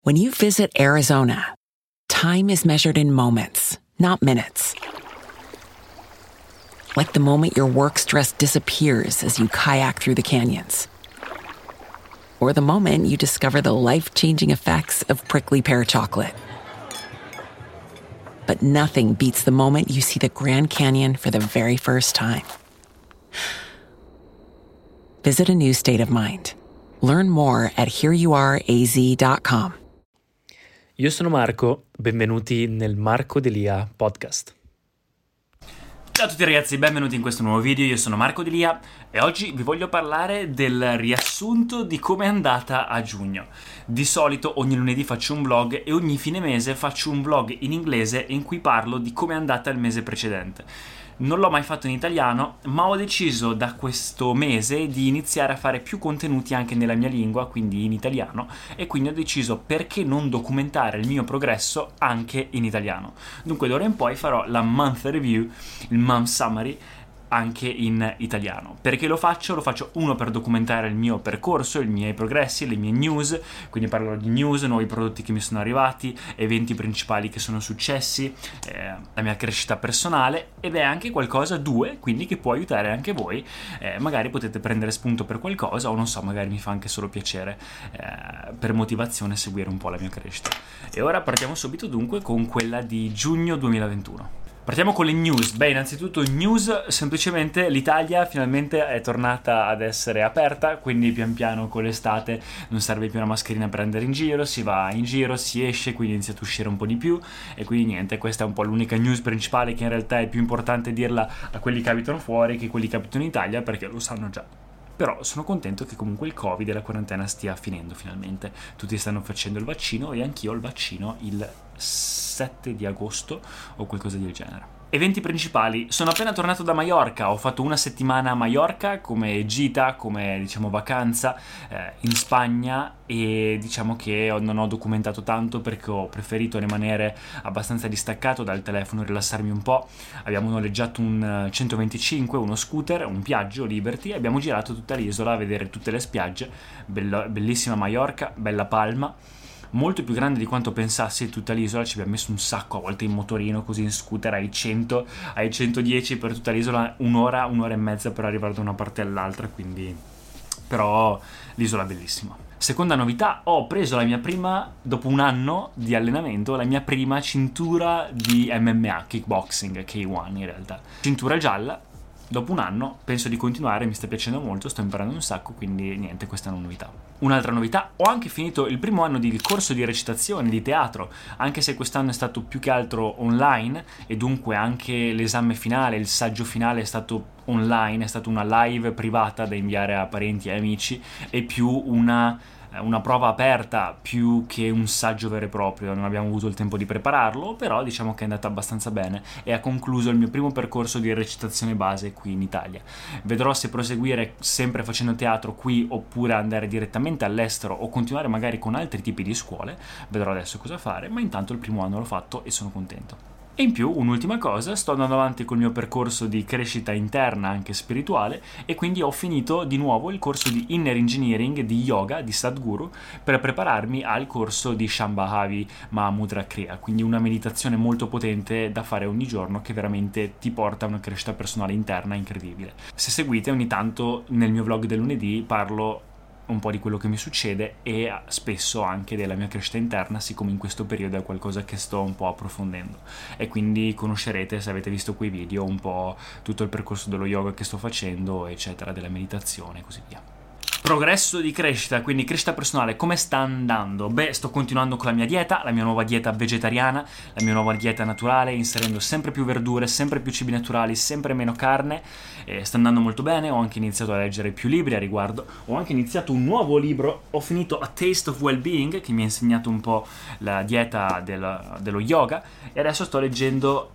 When you visit Arizona, time is measured in moments, not minutes. Like the moment your work stress disappears as you kayak through the canyons. Or the moment you discover the life-changing effects of prickly pear chocolate. But nothing beats the moment you see the Grand Canyon for the very first time. Visit a new state of mind. Learn more at hereyouareaz.com. Io sono Marco, benvenuti nel Marco Delia podcast. Ciao a tutti ragazzi, benvenuti in questo nuovo video. Io sono Marco Delia e oggi vi voglio parlare del riassunto di come è andata a giugno. Di solito ogni lunedì faccio un vlog e ogni fine mese faccio un vlog in inglese in cui parlo di come è andata il mese precedente. Non l'ho mai fatto in italiano, ma ho deciso da questo mese di iniziare a fare più contenuti anche nella mia lingua, quindi in italiano, e quindi ho deciso perché non documentare il mio progresso anche in italiano. Dunque d'ora in poi farò la month review, il month summary, anche in italiano. Perché lo faccio? Lo faccio uno per documentare il mio percorso, i miei progressi, le mie news, quindi parlerò di news, nuovi prodotti che mi sono arrivati, eventi principali che sono successi, la mia crescita personale, ed è anche qualcosa quindi che può aiutare anche voi, magari potete prendere spunto per qualcosa o non so, magari mi fa anche solo piacere per motivazione seguire un po' la mia crescita. E ora partiamo subito dunque con quella di giugno 2021. Partiamo con le news. Beh, innanzitutto news, semplicemente l'Italia finalmente è tornata ad essere aperta, quindi pian piano con l'estate non serve più una mascherina per andare in giro, si va in giro, si esce, quindi inizia ad uscire un po' di più e quindi niente, questa è un po' l'unica news principale, che in realtà è più importante dirla a quelli che abitano fuori che a quelli che abitano in Italia, perché lo sanno già. Però sono contento che comunque il Covid e la quarantena stia finendo finalmente. Tutti stanno facendo il vaccino e anch'io ho il vaccino il 7 di agosto o qualcosa del genere. Eventi principali. Sono appena tornato da Maiorca, ho fatto una settimana a Maiorca come gita, come diciamo vacanza in Spagna, e diciamo che non ho documentato tanto perché ho preferito rimanere abbastanza distaccato dal telefono, rilassarmi un po'. Abbiamo noleggiato un 125, uno scooter, un Piaggio Liberty, e abbiamo girato tutta l'isola a vedere tutte le spiagge. Bellissima Maiorca, bella Palma. Molto più grande di quanto pensassi tutta l'isola, ci abbiamo messo un sacco, a volte in motorino, così in scooter ai 100, ai 110 per tutta l'isola, un'ora e mezza per arrivare da una parte all'altra, quindi però l'isola è bellissima. Seconda novità, ho preso la mia prima, dopo un anno di allenamento, la mia prima cintura di MMA, kickboxing, K1 in realtà. Cintura gialla. Dopo un anno penso di continuare, mi sta piacendo molto, sto imparando un sacco, quindi niente, questa è una novità. Un'altra novità, ho anche finito il primo anno di corso di recitazione, di teatro, anche se quest'anno è stato più che altro online e dunque anche l'esame finale, il saggio finale è stato online, è stata una live privata da inviare a parenti e amici e più una prova aperta più che un saggio vero e proprio. Non abbiamo avuto il tempo di prepararlo, però diciamo che è andata abbastanza bene e ha concluso il mio primo percorso di recitazione base qui in Italia. Vedrò se proseguire sempre facendo teatro qui oppure andare direttamente all'estero o continuare magari con altri tipi di scuole. Vedrò adesso cosa fare, ma intanto il primo anno l'ho fatto e sono contento. E in più, un'ultima cosa, sto andando avanti col mio percorso di crescita interna, anche spirituale, e quindi ho finito di nuovo il corso di Inner Engineering di yoga di Sadhguru per prepararmi al corso di Shambhavi Mahamudra Kriya, quindi una meditazione molto potente da fare ogni giorno che veramente ti porta a una crescita personale interna incredibile. Se seguite, ogni tanto nel mio vlog del lunedì parlo un po' di quello che mi succede e spesso anche della mia crescita interna, siccome in questo periodo è qualcosa che sto un po' approfondendo e quindi conoscerete, se avete visto quei video, un po' tutto il percorso dello yoga che sto facendo, eccetera, della meditazione e così via. Progresso di crescita, quindi crescita personale, come sta andando? Beh, sto continuando con la mia dieta, la mia nuova dieta vegetariana, la mia nuova dieta naturale, inserendo sempre più verdure, sempre più cibi naturali, sempre meno carne, sta andando molto bene. Ho anche iniziato a leggere più libri a riguardo, ho anche iniziato un nuovo libro, ho finito A Taste of Well-Being, che mi ha insegnato un po' la dieta dello yoga, e adesso sto leggendo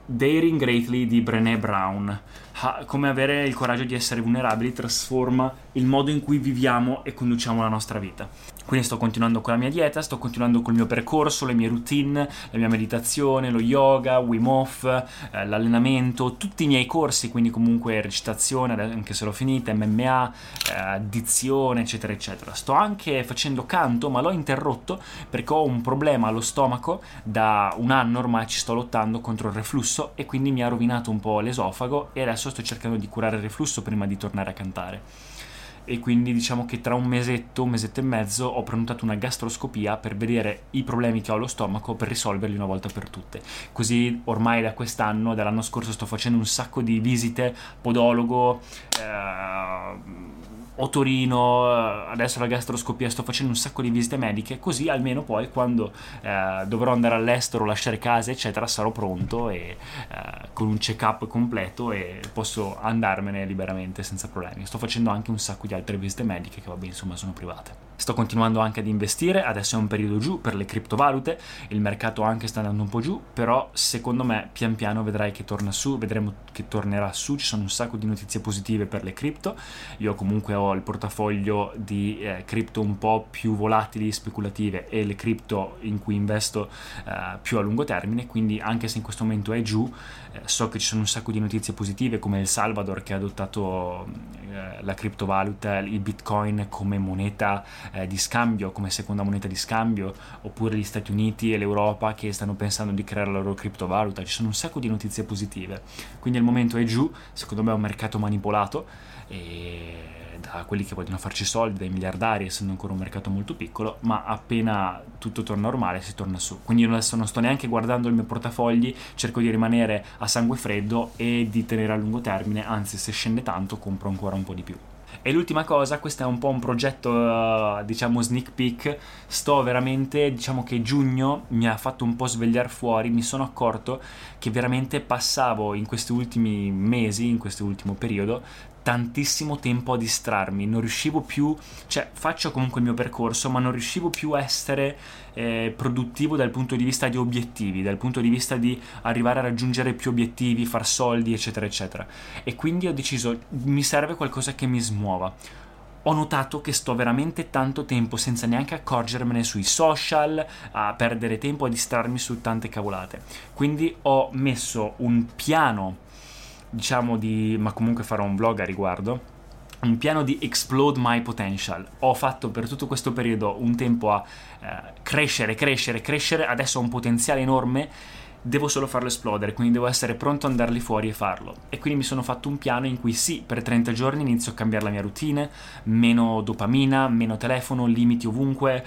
Daring Greatly di Brené Brown. Come avere il coraggio di essere vulnerabili trasforma il modo in cui viviamo e conduciamo la nostra vita. Quindi sto continuando con la mia dieta, sto continuando col mio percorso, le mie routine, la mia meditazione, lo yoga, Wim Hof, l'allenamento, tutti i miei corsi, quindi comunque recitazione, anche se l'ho finita, MMA, dizione, eccetera eccetera. Sto anche facendo canto, ma l'ho interrotto perché ho un problema allo stomaco, da un anno ormai ci sto lottando contro il reflusso e quindi mi ha rovinato un po' l'esofago e adesso sto cercando di curare il reflusso prima di tornare a cantare. E quindi diciamo che tra un mesetto e mezzo ho prenotato una gastroscopia per vedere i problemi che ho allo stomaco, per risolverli una volta per tutte. Così ormai da quest'anno, dall'anno scorso, sto facendo un sacco di visite, podologo, otorino, adesso la gastroscopia, sto facendo un sacco di visite mediche, così almeno poi quando dovrò andare all'estero, lasciare casa eccetera, sarò pronto e con un check-up completo e posso andarmene liberamente senza problemi. Sto facendo anche un sacco di altre visite mediche che vabbè insomma sono private. Sto continuando anche ad investire, adesso è un periodo giù per le criptovalute, il mercato anche sta andando un po' giù, però secondo me pian piano vedrai che torna su, vedremo che tornerà su, ci sono un sacco di notizie positive per le cripto. Io comunque ho il portafoglio di cripto un po' più volatili, speculative, e le cripto in cui investo più a lungo termine, quindi anche se in questo momento è giù, so che ci sono un sacco di notizie positive, come El Salvador che ha adottato la criptovaluta, il Bitcoin come moneta di scambio, come seconda moneta di scambio, oppure gli Stati Uniti e l'Europa che stanno pensando di creare la loro criptovaluta. Ci sono un sacco di notizie positive, quindi il momento è giù, secondo me è un mercato manipolato e da quelli che vogliono farci soldi, dai miliardari, essendo ancora un mercato molto piccolo, ma appena tutto torna normale si torna su. Quindi io adesso non sto neanche guardando il mio portafogli, cerco di rimanere a sangue freddo e di tenere a lungo termine, anzi se scende tanto compro ancora un po' di più. E l'ultima cosa, questo è un po' un progetto diciamo sneak peek, sto veramente, diciamo che giugno mi ha fatto un po' svegliare fuori, mi sono accorto che veramente passavo in questi ultimi mesi, in questo ultimo periodo, tantissimo tempo a distrarmi, non riuscivo più, cioè faccio comunque il mio percorso, ma non riuscivo più a essere produttivo dal punto di vista di obiettivi, dal punto di vista di arrivare a raggiungere più obiettivi, far soldi eccetera eccetera, e quindi ho deciso mi serve qualcosa che mi smuova. Ho notato che sto veramente tanto tempo senza neanche accorgermene sui social, a perdere tempo, a distrarmi su tante cavolate, quindi ho messo un piano, diciamo ma comunque farò un vlog a riguardo, un piano di explode my potential. Ho fatto per tutto questo periodo un tempo a crescere, adesso ho un potenziale enorme, devo solo farlo esplodere, quindi devo essere pronto ad andarli fuori e farlo. E quindi mi sono fatto un piano in cui sì, per 30 giorni inizio a cambiare la mia routine, meno dopamina, meno telefono, limiti ovunque,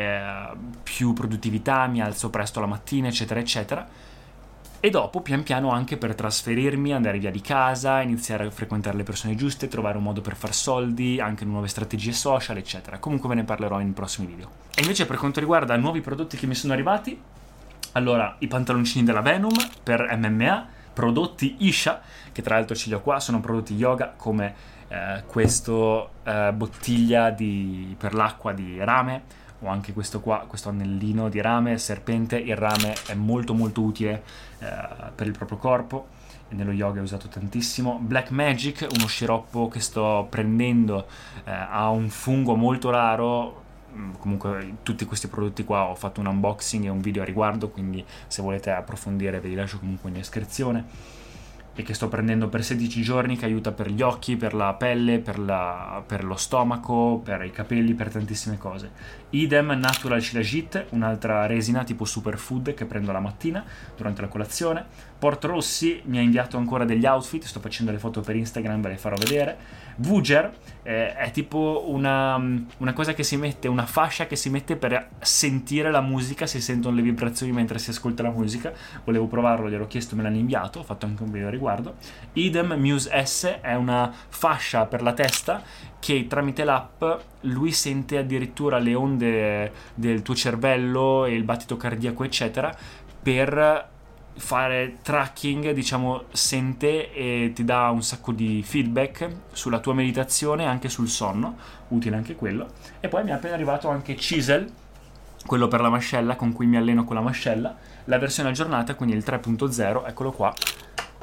più produttività, mi alzo presto la mattina eccetera eccetera. E dopo pian piano anche per trasferirmi, andare via di casa, iniziare a frequentare le persone giuste, trovare un modo per far soldi, anche nuove strategie social eccetera. Comunque ve ne parlerò in prossimi video. E invece per quanto riguarda nuovi prodotti che mi sono arrivati, allora i pantaloncini della Venom per MMA, prodotti Isha, che tra l'altro ce li ho qua, sono prodotti yoga come questo bottiglia per l'acqua di rame, o anche questo qua, questo anellino di rame, serpente. Il rame è molto molto utile per il proprio corpo e nello yoga è usato tantissimo. Black Magic, uno sciroppo che sto prendendo, ha un fungo molto raro. Comunque tutti questi prodotti qua ho fatto un unboxing e un video a riguardo, quindi se volete approfondire ve li lascio comunque in descrizione, e che sto prendendo per 16 giorni, che aiuta per gli occhi, per la pelle, per lo stomaco, per i capelli, per tantissime cose. Idem Natural Shilajit, un'altra resina tipo superfood che prendo la mattina durante la colazione. Port Rossi mi ha inviato ancora degli outfit, sto facendo le foto per Instagram, ve le farò vedere. Vuger è tipo una cosa che si mette, una fascia che si mette per sentire la musica, si sentono le vibrazioni mentre si ascolta la musica. Volevo provarlo, gliel'ho chiesto, me l'hanno inviato, ho fatto anche un video a riguardo. Idem Muse S è una fascia per la testa che tramite l'app lui sente addirittura le onde del tuo cervello e il battito cardiaco eccetera, per fare tracking, diciamo, sente e ti dà un sacco di feedback sulla tua meditazione e anche sul sonno, utile anche quello. E poi mi è appena arrivato anche Chisel, quello per la mascella, con cui mi alleno con la mascella, la versione aggiornata, quindi il 3.0, eccolo qua.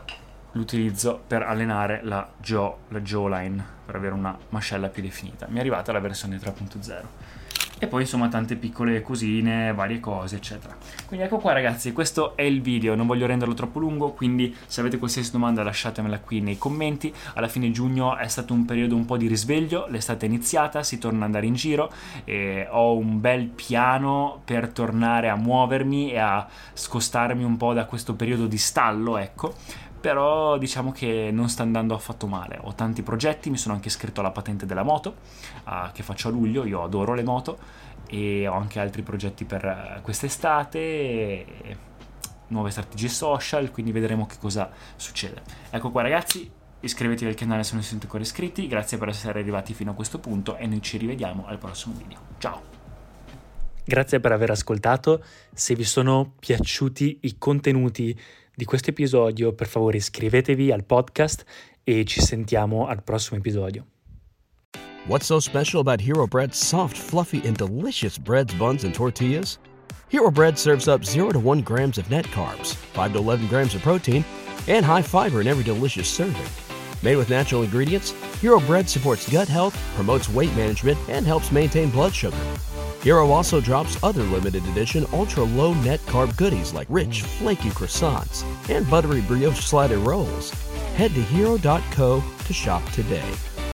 l'utilizzo per allenare la jawline, per avere una mascella più definita. Mi è arrivata la versione 3.0. E poi insomma tante piccole cosine, varie cose eccetera. Quindi ecco qua ragazzi, questo è il video, non voglio renderlo troppo lungo, quindi se avete qualsiasi domanda lasciatemela qui nei commenti. Alla fine giugno è stato un periodo un po' di risveglio, l'estate è iniziata, si torna ad andare in giro e ho un bel piano per tornare a muovermi e a scostarmi un po' da questo periodo di stallo, ecco. Però diciamo che non sta andando affatto male, ho tanti progetti, mi sono anche iscritto alla patente della moto che faccio a luglio, io adoro le moto e ho anche altri progetti per quest'estate, nuove strategie social, quindi vedremo che cosa succede. Ecco qua ragazzi, iscrivetevi al canale se non siete ancora iscritti, grazie per essere arrivati fino a questo punto e noi ci rivediamo al prossimo video, ciao! Grazie per aver ascoltato, se vi sono piaciuti i contenuti di questo episodio, per favore iscrivetevi al podcast e ci sentiamo al prossimo episodio. What's so special about Hero Bread's soft, fluffy, and delicious breads, buns, and tortillas? Hero Bread serves up 0 to 1 grams of net carbs, 5 to 11 grams of protein, and high fiber in every delicious serving. Made with natural ingredients, Hero Bread supports gut health, promotes weight management, and helps maintain blood sugar. Hero also drops other limited edition ultra-low net carb goodies like rich, flaky croissants and buttery brioche slider rolls. Head to hero.co to shop today.